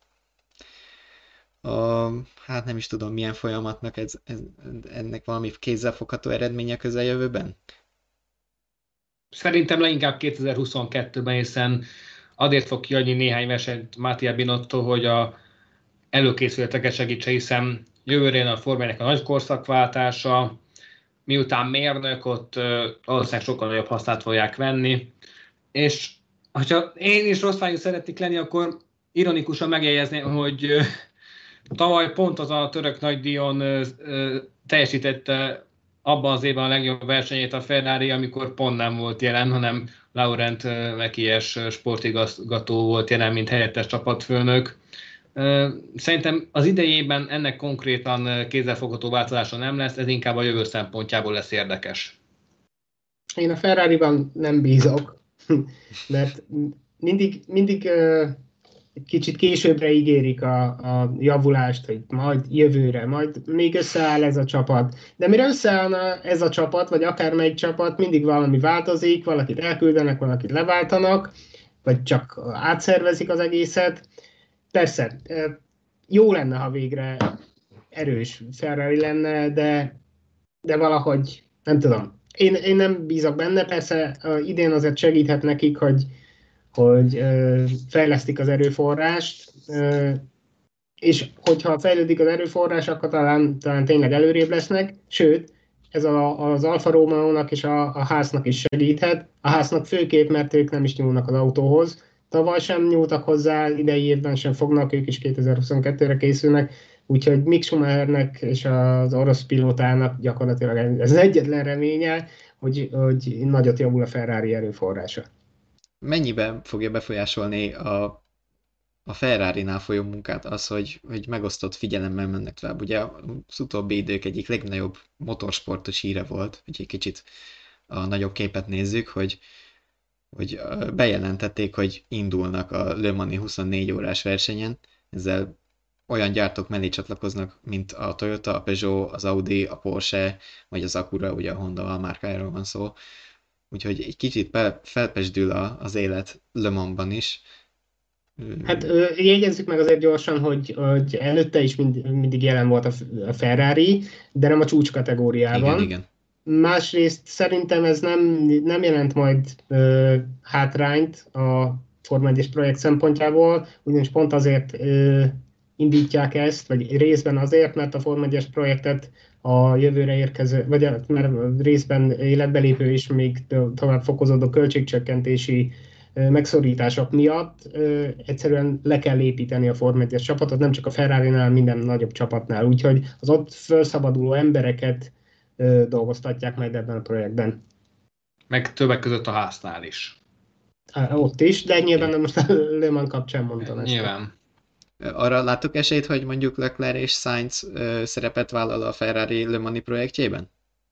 a hát nem is tudom milyen folyamatnak, ez, ez, ennek valami kézzelfogható eredménye közeljövőben? Szerintem leginkább kétezer-huszonkettőben, hiszen azért fog kiadni néhány versenyt Mattia Binotto, hogy a előkészületeket segítse, hiszen jövőre a Formájának a nagy korszakváltása, miután mérnök, ott valószínűleg sokkal nagyobb hasznát fogják venni. És ha én is rossz fájú szeretnék lenni, akkor ironikusan megjegyezném, hogy tavaly pont az a török nagydíjon teljesítette abban az évben a legjobb versenyét a Ferrari, amikor pont nem volt jelen, hanem Laurent Mekies sportigazgató volt jelen, mint helyettes csapatfőnök. Szerintem az idejében ennek konkrétan kézzelfogható változása nem lesz, ez inkább a jövő szempontjából lesz érdekes. Én a Ferrariban nem bízok, mert mindig, mindig kicsit későbbre ígérik a, a javulást, hogy majd jövőre, majd még összeáll ez a csapat. De mire összeállna ez a csapat, vagy akármelyik csapat, mindig valami változik, valakit elküldenek, valakit leváltanak, vagy csak átszervezik az egészet. Persze, jó lenne, ha végre erős Ferrari lenne, de, de valahogy, nem tudom. Én, én nem bízok benne, persze idén azért segíthet nekik, hogy, hogy fejlesztik az erőforrást, és hogyha fejlődik az erőforrás, akkor talán, talán tényleg előrébb lesznek, sőt, ez a, az Alfa Romeo-nak és a, a Haasnak is segíthet. A Haasnak főképp, mert ők nem is nyúlnak az autóhoz. Tavaly sem nyúltak hozzá, idei évben sem fognak, ők is kétezer-huszonkettőre készülnek, úgyhogy Mick Schumachernek és az orosz pilótának gyakorlatilag ez az egyetlen reménye, hogy, hogy nagyot javul a Ferrari erőforrása. Mennyiben fogja befolyásolni a, a Ferrari-nál folyó munkát az, hogy, hogy megosztott figyelemmel mennek tovább? Ugye az utóbbi idők egyik legnagyobb motorsportos híre volt, hogy egy kicsit a nagyobb képet nézzük, hogy hogy bejelentették, hogy indulnak a Le Mans-i huszonnégy órás versenyen, ezzel olyan gyártók mellé csatlakoznak, mint a Toyota, a Peugeot, az Audi, a Porsche, vagy az Acura, ugye a Honda almárkájáról van szó. Úgyhogy egy kicsit felpesdül az élet Le Mans-ban is. Hát jegyezzük meg azért gyorsan, hogy, hogy előtte is mind, mindig jelen volt a Ferrari, de nem a csúcs kategóriában. Igen, igen. Másrészt szerintem ez nem, nem jelent majd ö, hátrányt a Forma egyes projekt szempontjából, ugyanis pont azért ö, indítják ezt, vagy részben azért, mert a Forma egyes projektet a jövőre érkező, vagy a, mert részben életbelépő és még tovább fokozódó költségcsökkentési ö, megszorítások miatt ö, egyszerűen le kell építeni a Forma egyes csapatot, nem csak a Ferrari-nál, minden nagyobb csapatnál. Úgyhogy az ott felszabaduló embereket ö, dolgoztatják majd ebben a projektben. Meg többek között a háznál is. Ott is, de nyilván most a Le Mans kapcsán mondtam ezt. Nyilván. Arra láttok esélyt, hogy mondjuk Leclerc és Sainz ö, szerepet vállal a Ferrari Le Mans-i projektjében?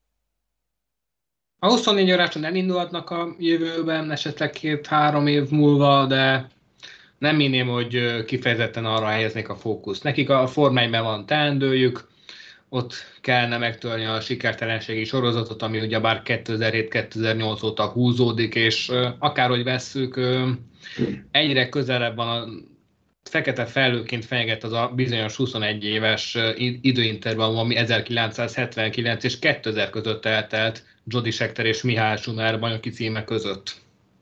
A huszonnégy óráson elindulhatnak a jövőben, esetleg két-három év múlva, de nem hinném, hogy kifejezetten arra helyeznék a fókuszt. Nekik a Forma egyben van teendőjük, ott kellene megtörni a sikertelenségi sorozatot, ami ugyebár kétezer-hét-kétezer-nyolc óta húzódik, és akárhogy vesszük, egyre közelebb van a fekete felhőként fenyeget az a bizonyos huszonegy éves időintervallum, ami ezerkilencszázhetvenkilenc és kétezer között eltelt Jody Scheckter és Michael Schumacher bajnoki címe között.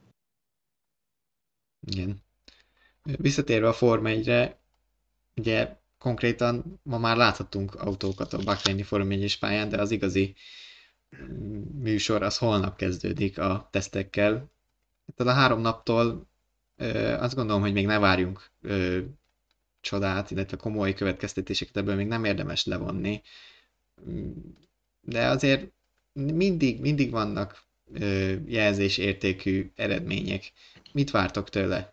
Igen. Visszatérve a Forma egyre, ugye konkrétan ma már láthatunk autókat a Bahreini Forma egyes pályán, de az igazi műsor az holnap kezdődik a tesztekkel. Tehát a három naptól ö, azt gondolom, hogy még ne várjunk ö, csodát, illetve komoly következtetéseket ebből még nem érdemes levonni. De azért mindig, mindig vannak ö, jelzésértékű eredmények. Mit vártok tőle?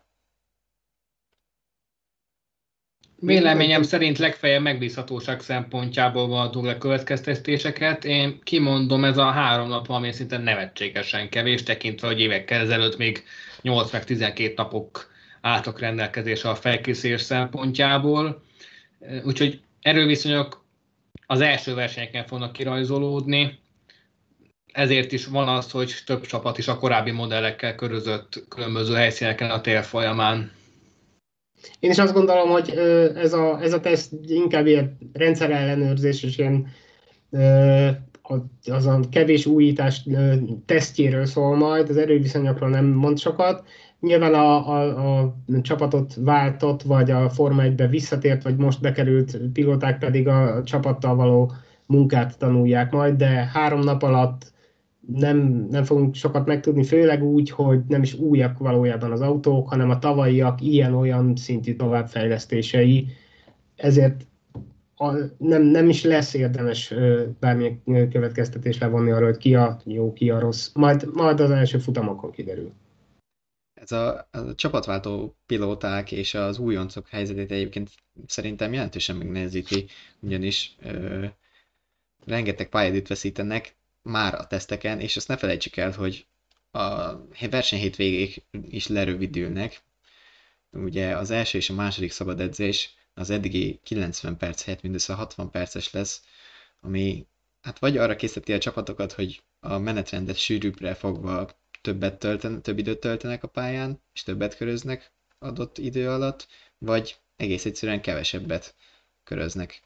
Véleményem szerint legfeljebb megbízhatóság szempontjából vonhatunk le következtetéseket. Én kimondom, ez a három nap, ami szinte nevetségesen kevés, tekintve, hogy évekkel ezelőtt még nyolc meg tizenkét napok álltak rendelkezésre a felkészülés szempontjából. Úgyhogy erőviszonyok az első versenyeken fognak kirajzolódni. Ezért is van az, hogy több csapat is a korábbi modellekkel körözött különböző helyszíneken a tél folyamán. Én is azt gondolom, hogy ez a, ez a teszt inkább ilyen rendszerellenőrzés és ilyen az a kevés újítás tesztjéről szól majd, az erőviszonyokról nem mond sokat. Nyilván a, a, a csapatot váltott, vagy a Forma egybe visszatért, vagy most bekerült pilóták pedig a csapattal való munkát tanulják majd, de három nap alatt nem, nem fogunk sokat megtudni, főleg úgy, hogy nem is újak valójában az autók, hanem a tavalyiak ilyen-olyan szintű továbbfejlesztései, ezért a, nem, nem is lesz érdemes bármilyen következtetés levonni arra, hogy ki a jó, ki a rossz. Majd, majd az első futamokon kiderül. Ez a, a csapatváltó pilóták és az újoncok helyzetét egyébként szerintem jelentősen megnehezíti, ugyanis ö, rengeteg pályadőt veszítenek már a teszteken, és azt ne felejtsük el, hogy a verseny hétvégék is lerövidülnek. Ugye az első és a második szabad edzés az eddigi kilencven perc helyett mindössze hatvan perces lesz, ami hát vagy arra készíti a csapatokat, hogy a menetrendet sűrűbbre fogva többet tölten, több időt töltenek a pályán, és többet köröznek adott idő alatt, vagy egész egyszerűen kevesebbet köröznek.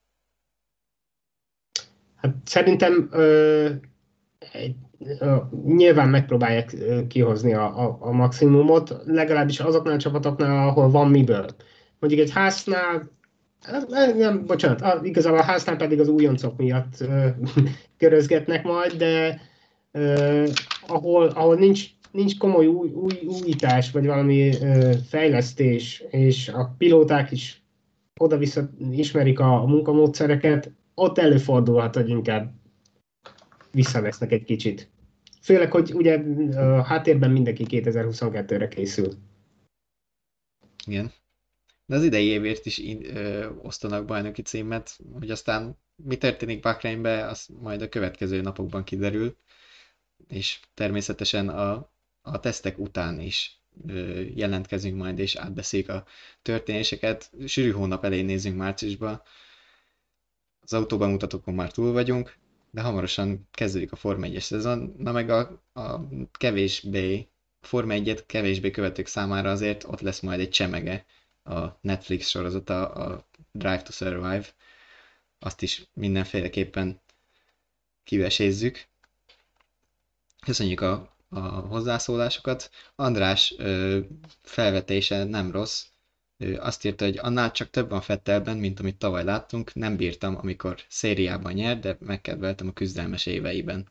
Hát szerintem ö, ö, nyilván megpróbálják kihozni a, a, a maximumot, legalábbis azoknál a csapatoknál, ahol van miből. Mondjuk egy háznál, nem, bocsánat, igazából a háznál pedig az újoncok miatt ö, körözgetnek majd, de ö, ahol, ahol nincs, nincs komoly új, új, újítás, vagy valami ö, fejlesztés, és a pilóták is oda-vissza ismerik a, a munkamódszereket, ott előfordulhat, hogy inkább visszavesznek egy kicsit. Főleg, hogy ugye a háttérben mindenki kétezer-huszonkettőre készül. Igen. De az idei évért is ö, osztanak bajnoki címet, hogy aztán mi történik Bahreinbe, az majd a következő napokban kiderül, és természetesen a, a tesztek után is ö, jelentkezünk majd, és átbeszéljük a történéseket. Sűrű hónap elején nézzünk márciusba, az autóbemutatókon már túl vagyunk, de hamarosan kezdődik a Forma egyes szezon, na meg a, a kevésbé, Forma egyet kevésbé követők számára azért ott lesz majd egy csemege, a Netflix sorozata, a Drive to Survive, azt is mindenféleképpen kivesézzük. Köszönjük a a hozzászólásokat. András ö, felvetése nem rossz. Ő azt írta, hogy annál csak több van Vettelben, mint amit tavaly láttunk. Nem bírtam, amikor szériában nyert, de megkedveltem a küzdelmes éveiben.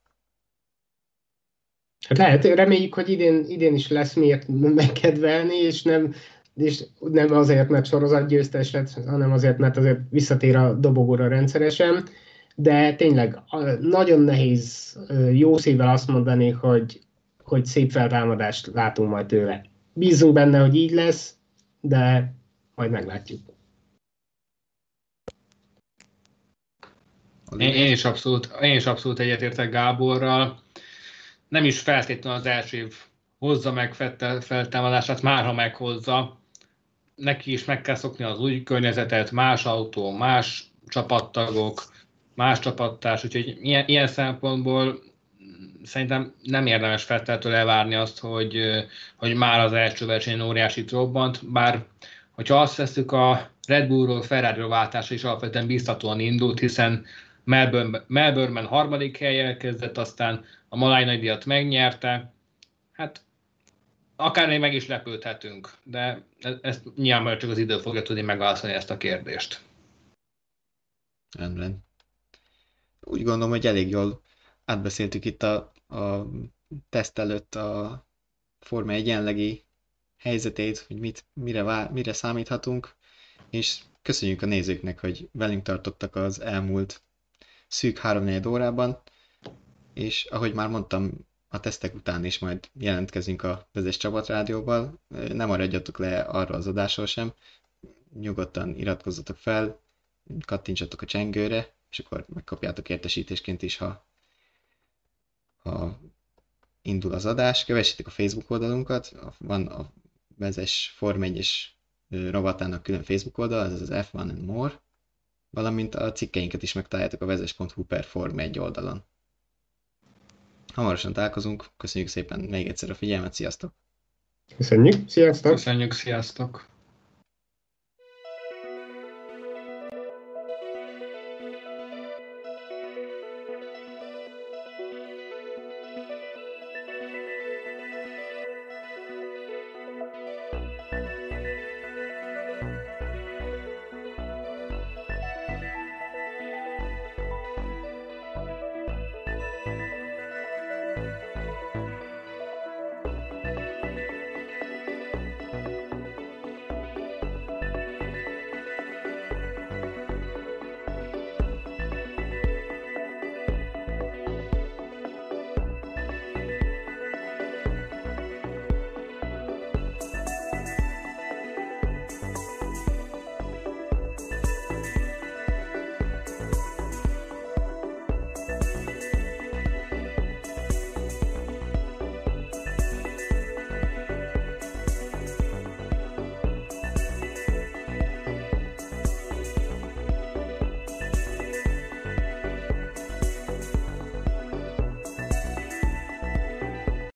Hát lehet, reméljük, hogy idén, idén is lesz miért megkedvelni, és nem, és nem azért, mert sorozatgyőztes lett, hanem azért, mert azért visszatér a dobogóra rendszeresen. De tényleg nagyon nehéz jó szívvel azt mondani, hogy, hogy szép feltámadást látunk majd tőle. Bízunk benne, hogy így lesz, de majd meglátjuk. Én, én, is abszolút, én is abszolút egyetértek Gáborral. Nem is feltétlenül az első év hozza meg feltámadását, már ha meghozza. Neki is meg kell szokni az új környezetet, más autó, más csapattagok, más csapattárs, úgyhogy ilyen, ilyen szempontból szerintem nem érdemes Vetteltől elvárni azt, hogy, hogy már az első versenyen óriásit robbant, bár hogyha azt veszük, a Red Bullról Ferrari-ról váltása is alapvetően biztatóan indult, hiszen Melbourne, Melbourne-ben harmadik helyen kezdett, aztán a Maláj nagydíjat megnyerte. Hát akár meg is lepődhetünk, de ezt nyilván csak az idő fogja tudni megválaszolni ezt a kérdést. Rendben. Úgy gondolom, hogy elég jól átbeszéltük itt a, a teszt előtt a Forma egy jelenlegi helyzetét, hogy mit, mire, vár, mire számíthatunk, és köszönjük a nézőknek, hogy velünk tartottak az elmúlt szűk háromnegyed órában, és ahogy már mondtam, a tesztek után is majd jelentkezünk a Vezes Csapatrádióval. Nem maradjatok le arra az adásról sem, nyugodtan iratkozzatok fel, kattintsatok a csengőre, és akkor megkapjátok értesítésként is, ha, ha indul az adás. Kövessétek a Facebook oldalunkat, van a Vezes Forma egyes rovatának külön Facebook oldal, ez az ef one and More, valamint a cikkeinket is megtaláljátok a vezes pont hu per Forma egy oldalon. Hamarosan találkozunk, köszönjük szépen még egyszer a figyelmet, sziasztok! Köszönjük, sziasztok! Köszönjük, sziasztok!